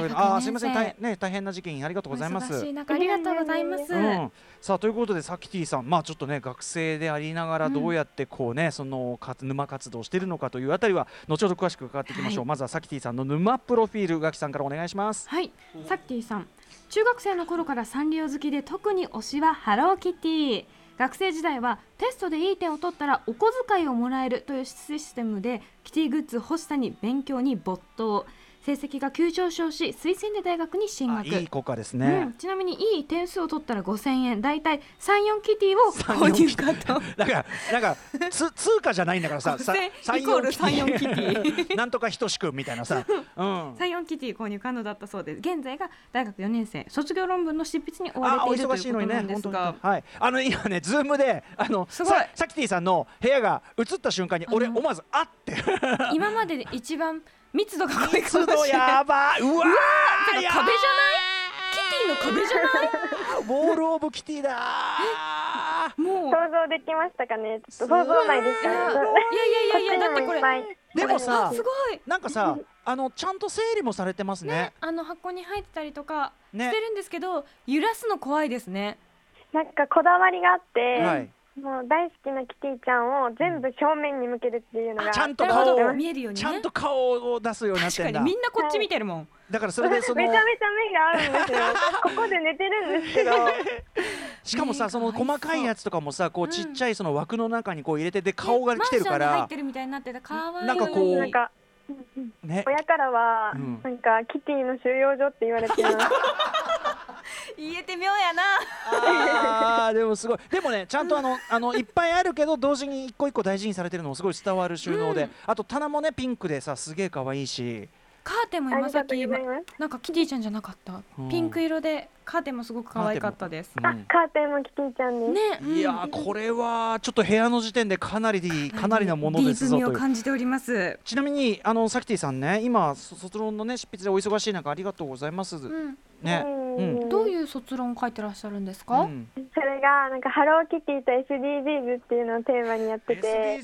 すみません、大変な時期にありがとうございます。 忙しい中ありがとうございます。 さあということでサキティさん、ちょっとね学生でありながらどうやってこうね、その沼活動しているのかというあたりは後ほど詳しく伺っていきましょう。まずはサキティさんの沼プロフィール、ガキさんからお願いします。 はい、サキティさん、中学生の頃からサンリオ好きで特に推しはハローキティ。学生時代はテストでいい点を取ったらお小遣いをもらえるというシステムでキティグッズ欲しさに勉強に没頭。成績が急上昇し推薦で大学に進学。 いい子かですね。 ちなみにいい点数を取ったら5000円、だいたい 3,4 キティを購入かと。 だから通貨じゃないんだからさ、 イコール 3,4 キティなんとか等しくみたいなさ、 3,4 キティ購入可能だったそうです。現在が大学4年生、卒業論文の執筆に追われているということなんですが、 はい、今ねズームでサキティさんの部屋が映った瞬間に俺思わずあって今までで一番密度が濃いかもしれない。 密度やばい。うわー、壁じゃない？キティの壁じゃない？ ウォールオブキティだー。 もう想像できましたかね。ちょっと想像内ですかね。 いやだってこれでもさ、 すごいなんかさちゃんと整理もされてますね。 箱に入ってたりとかしてるんですけど、揺らすの怖いですね。 なんかこだわりがあって、 はい、 もう大好きなキティちゃんを全部正面に向けるっていうのが、 ちゃんと顔を見えるように、 ちゃんと顔を出すようになってんだ。 確かにみんなこっち見てるもん。 だからそれでめちゃめちゃ目が合うんですよ。ここで寝てるんですけど。 しかもさ、その細かいやつとかもさ、こうちっちゃいその枠の中にこう入れてて顔が来てるから、 マンションに入ってるみたいになってて可愛い。 なんかこうね、親からは、なんかキティの収容所って言われてます。 言えて妙やな。 でもすごい。でもね、ちゃんといっぱいあるけど同時に一個一個大事にされてるのもすごい伝わる収納で、あと棚もねピンクでさ、すげえ可愛いし、 カーテンも今さっきなんかキティちゃんじゃなかった、ピンク色でカーテンもすごく可愛かったです。 カーテンもキティちゃんですね。 いやこれはちょっと部屋の時点でかなりなものですぞという。 ディープ味を感じております。 ちなみにサキティさんね、今卒論のね執筆でお忙しい中ありがとうございます。ね。 どういう卒論を書いてらっしゃるんですか？ それがなんかハローキティと SDGs っていうのをテーマにやってて、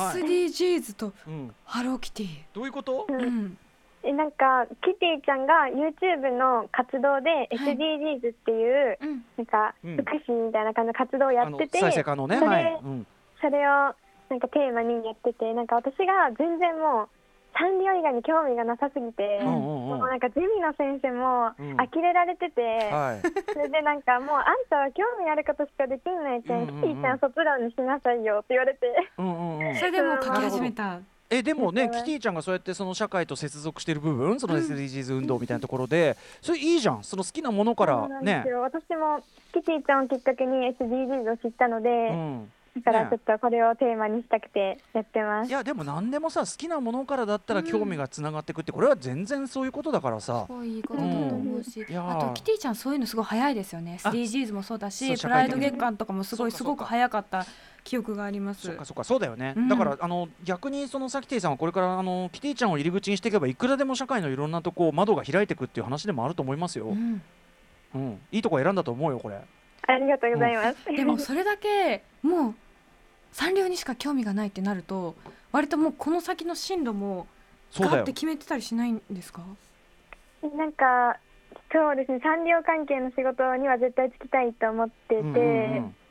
SDGs とハローキティ、 どういうこと？ なんかキティちゃんが YouTube の活動で SDGs っていうなんか福祉みたいな感じの活動をやってて、 再生可能ね。 それをなんかテーマにやってて、なんか私が全然もうサンリオ以外に興味がなさすぎて、もうなんかゼミの先生も呆れられてて、それでなんかもうあんたは興味あることしかできないけん、キティちゃん卒論にしなさいよって言われて、 それでもう書き始めた。 でもね、キティちゃんがそうやってその社会と接続している部分、その SDGs 運動みたいなところで、それいいじゃん。その好きなものからね。 私もキティちゃんをきっかけに SDGs を知ったので、だからちょっとこれをテーマにしたくてやってます。 いやでも何でもさ、好きなものからだったら興味がつながっていくって、これは全然そういうことだからさ。 すごいいいことだと思うし、あとキティちゃんそういうのすごい早いですよね。SDGs もそうだし、プライド月間とかもすごく早かった記憶があります。 そうだよね。だから逆にそのサキティさんはこれからキティちゃんを入り口にしていけば、いくらでも社会のいろんなとこ窓が開いていくっていう話でもあると思いますよ。いいとこ選んだと思うよこれ。 ありがとうございます。 でもそれだけもうサンリオにしか興味がないってなると、割ともうこの先の進路もガッて決めてたりしないんですか？ なんかそうですね、サンリオ関係の仕事には絶対就きたいと思ってて、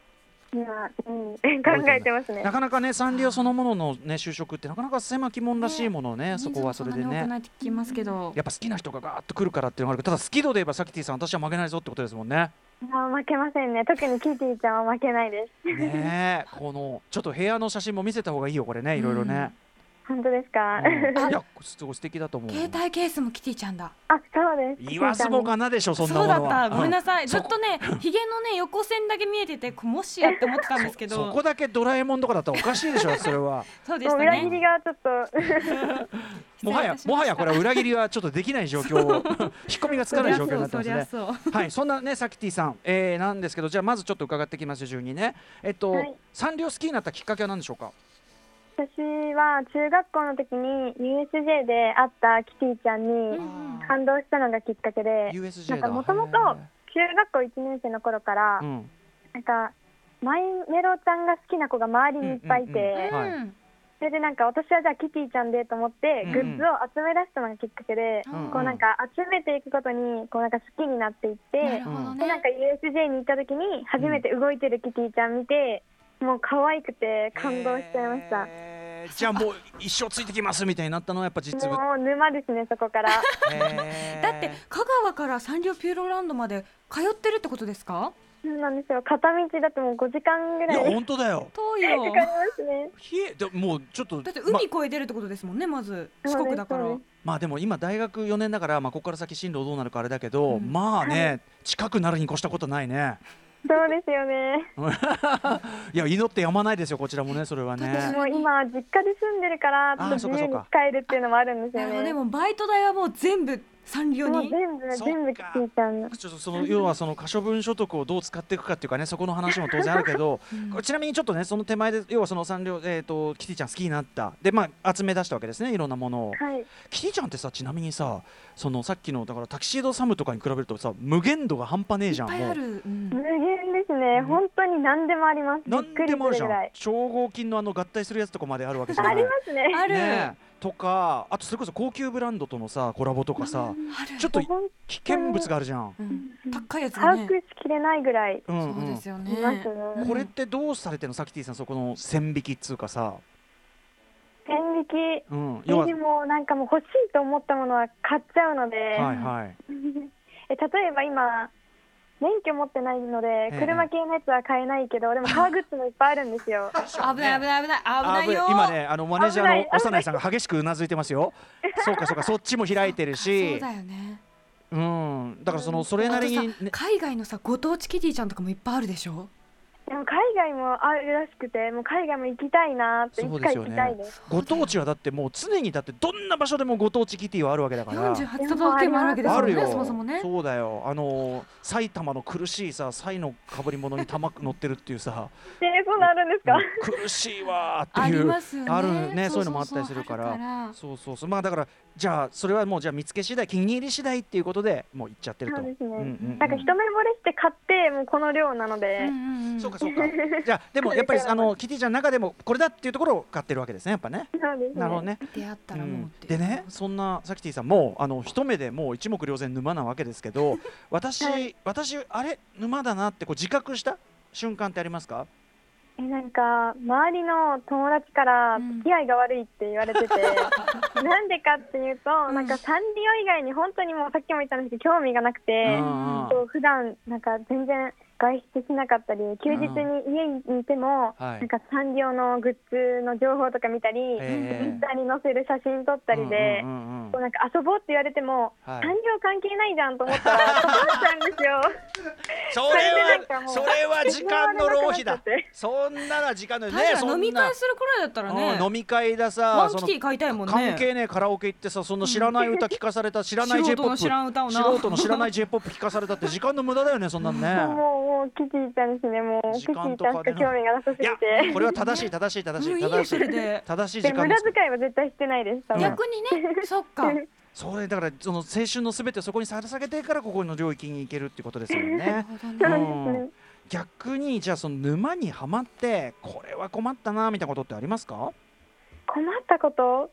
今、考えてますね。 なかなかねサンリオそのもののね就職ってなかなか狭き門らしいものね、そこはそれでね。 やっぱ好きな人がガーッと来るからっていうのがあるけど、ただ好き度で言えばサキティさん私は負けないぞってことですもんね。 負けませんね。特にキティちゃんは負けないです。 ねえ、このちょっと部屋の写真も見せた方がいいよこれね、いろいろね。 本当ですか。 いやすごい素敵だと思う。 携帯ケースもキティちゃんだ。 そうです。 言わずもがなでしょそんなものは。 そうだった、ごめんなさい。ずっとねひげのね横線だけ見えててもしやって思ってたんですけどそこだけドラえもんとかだったらおかしいでしょそれは。 そうでしたね。 裏切りがちょっともはやこれは裏切りはちょっとできない状況引っ込みがつかない状況になってますね。はい、そんなねサキティさん、なんですけど、じゃあまずちょっと伺ってきます順にね。サンリオ好きになったきっかけは何でしょうか。 私は中学校の時に USJ で会ったキティちゃんに感動したのがきっかけで、なんかもともと中学校1年生の頃から、なんかマイメロちゃんが好きな子が周りにいっぱいいて、それでなんか私はじゃあキティちゃんでと思ってグッズを集め出したのがきっかけで、こうなんか集めていくことにこうなんか好きになっていって、でなんか USJ に行った時に初めて動いてるキティちゃん見て、もう可愛くて感動しちゃいました。 じゃあもう一生ついてきますみたいになったのはやっぱ実物。 もう沼ですねそこから。だって香川からサンリオピューロランドまで通ってるってことですか。 そうなんですよ。片道だってもう5時間ぐらい。 いや本当だよ。 遠いよ。 かかりますね。 でもうちょっとだって海越えてるってことですもんね、まず四国だから。 まあでも今大学4年だから、ここから先進路どうなるかあれだけど、まあね近くなるに越したことないね。 そうですよね。 いや祈ってやまないですよこちらもね、それはね。 もう今実家で住んでるからちょっと自由に使えるっていうのもあるんですよね。 でもバイト代はもう全部サンリオに全部キティちゃんの。 ちょっとその要はその可処分所得をどう使っていくかっていうかね、そこの話も当然あるけど、ちなみにちょっとねその手前で要はそのサンリオキティちゃん好きになったで集め出したわけですね、いろんなものを。キティちゃんってさ、ちなみにさ、そのさっきのだからタキシードサムとかに比べるとさ無限度が半端ねえじゃん。 いっぱいある。 無限ですね。本当に何でもあります。 何でもあるじゃん。超合金の合体するやつとかまであるわけじゃない。 ありますね。 ある。 とかあとそれこそ高級ブランドとのさコラボとかさ、ちょっと危険物があるじゃん。 高いやつ把握しきれないぐらい。 そうですよね。 これってどうされてるの、サキティさん、そこの線引きっつうかさ。 線引き、でもなんかもう欲しいと思ったものは買っちゃうので、例えば今免許持ってないので車系のやつは買えないけど、でもカーグッズもいっぱいあるんですよ。 危ないよ。 今ねマネージャーの長内さんが激しくうなずいてますよ。そうかそっちも開いてるし。 そうだよね。 だからそれなりに海外のさご当地キティちゃんとかもいっぱいあるでしょ。 でも海外もあるらしくて、もう海外も行きたいなって、いつか行きたいです。 ご当地はだってもう常にだってどんな場所でもご当地キティはあるわけだから。 48都道府県もあるわけですもんね、そもそもね。 そうだよ。埼玉の苦しいさサイの被り物に玉乗ってるっていうさ。 そんなあるんですか。 苦しいわっていうあるね、そういうのもあったりするから。そうだからじゃあそれはもうじゃあ見つけ次第気に入り次第っていうことでもう行っちゃってると。 そうですね。なんか一目惚れして買ってもうこの量なので。 そうか。じゃあでもやっぱりキティちゃんの中でもこれだっていうところを買ってるわけですね、やっぱね。 そうですね。 なるほどね。 出会ったらもう。 でね、そんなサキティさんも一目でもう一目瞭然沼なわけですけど、私あれ沼だなってこう自覚した瞬間ってありますか？ なんか周りの友達から付き合いが悪いって言われてて、なんでかっていうと、なんかサンリオ以外に本当にもうさっきも言ったんですけど興味がなくて、普段なんか全然外出しなかったり、休日に家にいても、なんかサンリオのグッズの情報とか見たり、インスタに載せる写真撮ったりで、なんか遊ぼうって言われても、サンリオ関係ないじゃんと思ったら断っちゃうんですよ。 それは時間の浪費だ。そんなら時間のね、 飲み会するくらいだったらね。 飲み会ださ、 ワンキティ買いたいもんね。 関係ねえカラオケ行ってさ、そんな知らない歌聞かされた、知らない J-POP、素人の知らない J-POP 聞かされたって時間の無駄だよね、そんなんね。 もうキティちゃんですね。もうキティちゃんしか興味がなさすぎて。 これは正しい時間。 無駄遣いは絶対してないです。 逆にね、そっか。 それだからその青春のすべてをそこにさげてからここの領域に行けるってことですよね。逆にじゃあその沼にはまってこれは困ったなみたいなことってありますか？ 困ったこと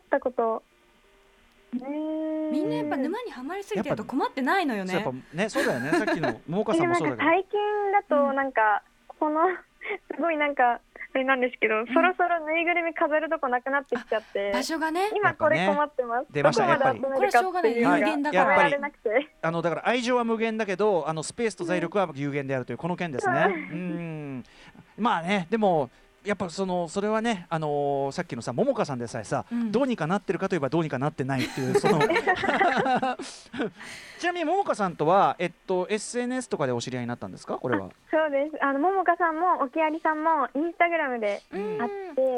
みんなやっぱ沼にはまりすぎてると困ってないのよね。 やっぱね、そうだよね。さっきの桃花さんもそうだけど、 最近だとなんかこのすごいなんかあれなんですけど、そろそろぬいぐるみ飾るとこなくなってきちゃって、 場所がね、 今これ困ってます。 出ましたどこまで集めるかっていうのが有限だからやっぱりなくて、 だから愛情は無限だけどスペースと財力は有限であるというこの件ですね。まあね、でもやっぱそれはね、さっきのさ桃香さんでさえさ、どうにかなってるかといえばどうにかなってないっていうちなみに桃香さんとはSNS とかでお知り合いになったんですか、これは。 そうです。桃香さんも沖有さんもインスタグラムで会って、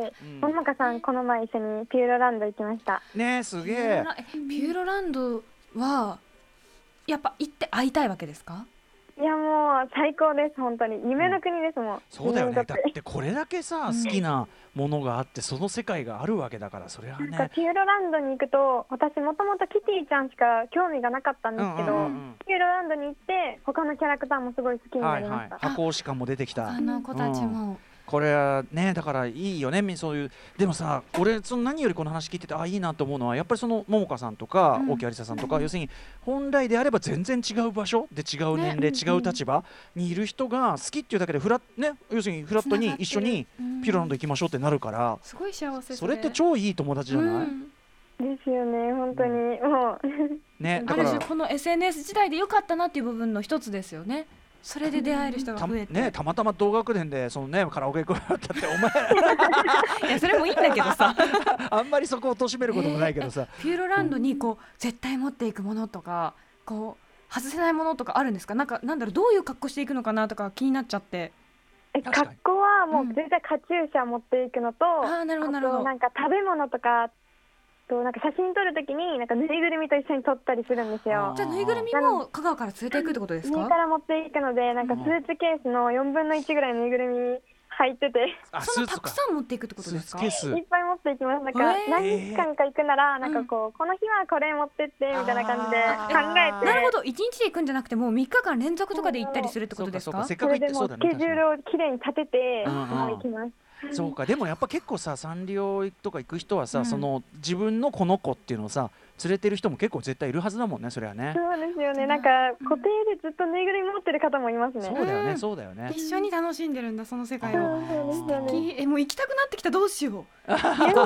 桃香さんこの前一緒にピューロランド行きましたね。すげえ。 ピューロランドはやっぱ行って会いたいわけですか？ いやもう最高です、本当に夢の国ですもん。 そうだよね。だってこれだけさ、好きなものがあってその世界があるわけだから、それはね。 なんかピューロランドに行くと、私もともとキティちゃんしか興味がなかったんですけど、ピューロランドに行って他のキャラクターもすごい好きになりました。 箱推し感も出てきた。 あの子たちも。 これはね、だからいいよね、そういう。でもさ、俺何よりこの話聞いてていいなと思うのは、やっぱり桃香さんとか沖有沙さんとか、要するに本来であれば全然違う場所で違う年齢、違う立場にいる人が好きっていうだけで要するにフラットに一緒にピューロランド行きましょうってなるから、 すごい幸せ。 それって超いい友達じゃない？ ですよね、本当にもうね。 ある種この SNS 時代で良かったなっていう部分の一つですよね。それで出会える人が増えてね、たまたま同学年でカラオケ行くよったってお前いやそれもいいんだけどさあんまりそこを貶めることもないけどさ、 ピューロランドに絶対持っていくものとか外せないものとかあるんですか？なんだろう、どういう格好していくのかなとか気になっちゃって。 格好はもう絶対カチューシャ持っていくのと、 なるほどなるほど。 なんか食べ物とかなんか写真撮るときになんかぬいぐるみと一緒に撮ったりするんですよ。 じゃあぬいぐるみも香川から連れていくってことですか？ 家から持っていくので、なんかスーツケースの4分の1ぐらいのぬいぐるみ入ってて、 そんなたくさん持っていくってことですか？ いっぱい持っていきます。なんか何日間か行くならなんかこの日はこれ持ってってみたいな感じで考えて。 なるほど、1日で行くんじゃなくてもう3日間連続とかで行ったりするってことですか？ せっかく行ってそうだね。 スケジュールをきれいに立てて行きます。 そうか。でもやっぱ結構さ、サンリオとか行く人はさ、自分のこの子っていうのをさ連れてる人も結構絶対いるはずだもんね、それはね。 そうですよね。なんか固定でずっとぬいぐるみ持ってる方もいますね。 そうだよね、そうだよね。 一緒に楽しんでるんだ、その世界を。 素敵。 もう行きたくなってきた、どうしよう。 もう行ってほしいです。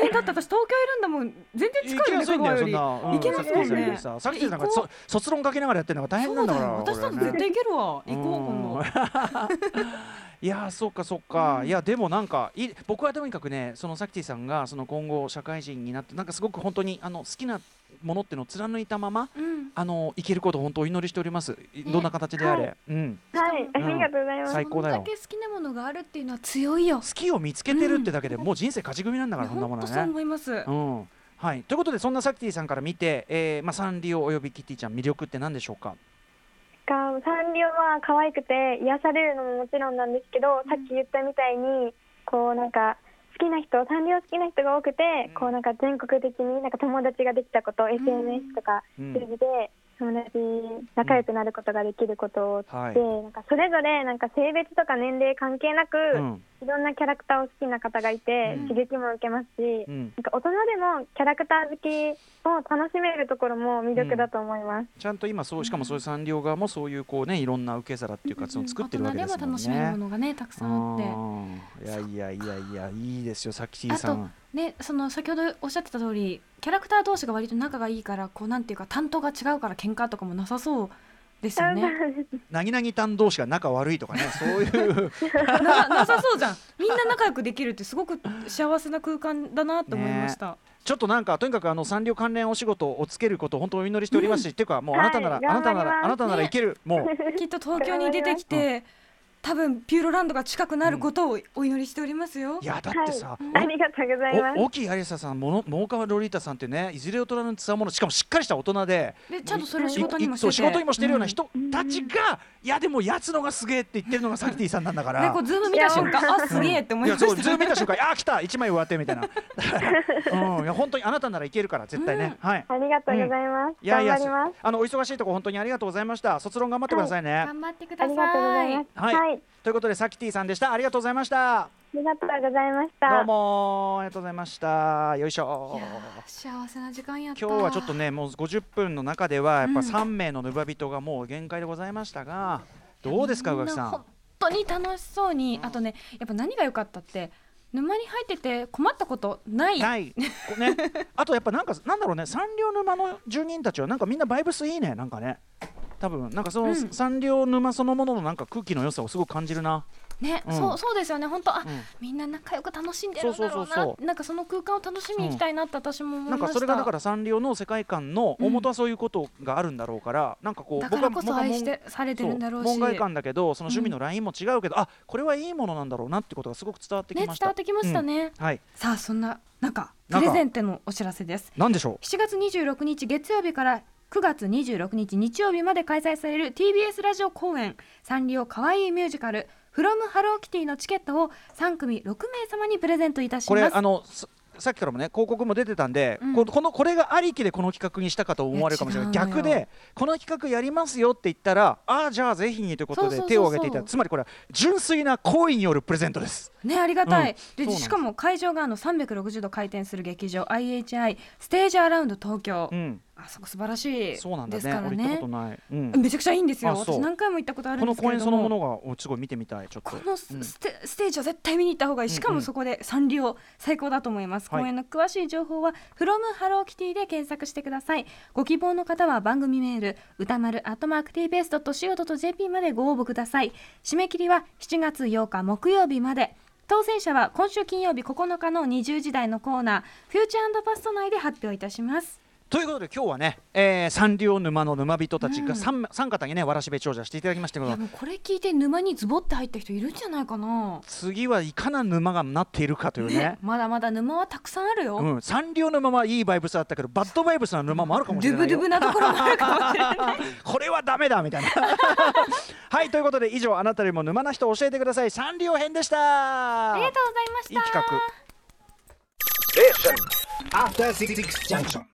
だって私東京いるんだもん、全然近いよね、香川より。行けますもんね。 さっきなんか卒論書きながらやってるのが大変なんだから。 私だと絶対行けるわ。行こう今度。 いやそうか、いやでもなんか僕はとにかくね、そのサキティさんが今後社会人になってなんかすごく本当に好きなものっていうのを貫いたまま、生きることを本当お祈りしております。どんな形であれ。 はい、ありがとうございます。 最高だよ。 こんだけ好きなものがあるっていうのは強いよ。 好きを見つけてるってだけでもう人生勝ち組なんだから、そんなものね。 本当そう思います。 はい、ということでそんなサキティさんから見て、サンリオおよびキティちゃん魅力って何でしょうか？ サンリオは可愛くて癒されるのももちろんなんですけど、さっき言ったみたいになんかサンリオ好きな人が多くて、なんか全国的になんか友達ができたこと、SNS とか通じて友達仲良くなることができることで、なんかそれぞれなんか性別とか年齢関係なく、いろんなキャラクターを好きな方がいて、刺激も受けますし、なんか大人でもキャラクター好きを楽しめるところも魅力だと思います。 ちゃんと今しかもそういうサンリオ側もそういういろんな受け皿っていうか作ってるわけですもんね。 大人でも楽しめるものがねたくさんあって。 いやいいですよ、サキティさん。 あとね、先ほどおっしゃってた通りキャラクター同士が割と仲がいいからなんていうか担当が違うから喧嘩とかもなさそうですよね。 なぎなぎ担同士が仲悪いとかね、そういうなさそうじゃん。みんな仲良くできるってすごく幸せな空間だなと思いました。 ちょっとなんかとにかくサンリオ関連お仕事をつけることを本当にお祈りしておりますし、っていうかもうあなたならいける。もうきっと東京に出てきて多分ピューロランドが近くなることをお祈りしておりますよ。 いやだってさ、 ありがとうございます。 沖有沙さん、桃川ロリータさんってね、いずれ大人のつわもの、しかもしっかりした大人でちゃんとそれを仕事にもしてて、 仕事にもしてるような人たちが、いやでもやつのがすげえって言ってるのがサキティさんなんだから。 ズーム見た瞬間すげえって思いました。 ズーム見た瞬間来た1枚上手みたいな。いや本当にあなたならいけるから絶対ね。はい。 ありがとうございます。頑張ります。 お忙しいところ本当にありがとうございました。卒論頑張ってくださいね。 頑張ってください。 ありがとうございます。 はい。ということでサキティさんでした。ありがとうございました。 ありがとうございました。 どうもありがとうございました。よいしょ。 幸せな時間やった。 今日はちょっとね、もう50分の中ではやっぱ3名のヌバ人がもう限界でございましたが、どうですか宇垣さん。 本当当に楽しそうに、あとねやっぱ何が良かったって沼に入ってて困ったことないね、あとやっぱなんだろうね、サンリオ沼の住人たちはなんかみんなバイブスいいね、なんかね、多分なんかそのサンリオ沼そのもののなんか空気の良さをすごく感じるな。 ね、そうですよね、本当みんな仲良く楽しんでるんだろうな、なんかその空間を楽しみに行きたいなって私も思いました。 なんかそれがだからサンリオの世界観の大元はそういうことがあるんだろうから、なんかこうだからこそ愛してされてるんだろうし、 門外観だけどその趣味のラインも違うけど、これはいいものなんだろうなってことがすごく伝わってきました。 伝わってきましたね。さあそんな中プレゼントのお知らせです。 何でしょう。 7月26日月曜日から9月26日日曜日まで開催される TBS ラジオ公演サンリオかわいいミュージカルフロムハローキティのチケットを3組6名様にプレゼントいたします。 これさっきからもね広告も出てたんで、これがありきでこの企画にしたかと思われるかもしれない。逆でこの企画やりますよって言ったら、じゃあぜひにということで手を挙げていただく。つまりこれは純粋な好意によるプレゼントですね。ありがたい、でしかも会場が360度回転する劇場 IHI ステージアラウンド東京、あそこ素晴らしいですからね。 俺行ったことない、 めちゃくちゃいいんですよ。私何回も行ったことあるんですけれども、 この公演そのものがすごい見てみたい。ちょっとこのステージは絶対見に行った方がいい。しかもそこでサンリオ最高だと思います。公演の詳しい情報はフロムハローキティで検索してください。ご希望の方は番組メール歌丸@tbs.co.jp までご応募ください。締め切りは7月8日木曜日まで。当選者は今週金曜日9日の20時台のコーナーフューチャー&パスト内で発表いたします。 ということで今日はね、サンリオ沼の沼人たちが3方にねわらしべ長者していただきましたけど、 いやもうこれ聞いて沼にズボって入った人いるんじゃないかな。 次はいかな沼がなっているかという ねまだまだ沼はたくさんあるよ、 サンリオ沼はいいバイブスだったけどバッドバイブスな沼もあるかもしれないよ。 ドゥブドゥブなところもあるかもしれないこれはダメだみたいなはいということで以上あなたよりも沼な人教えてくださいサンリオ編でした。 ありがとうございました。 いい企画。 After 66 junction.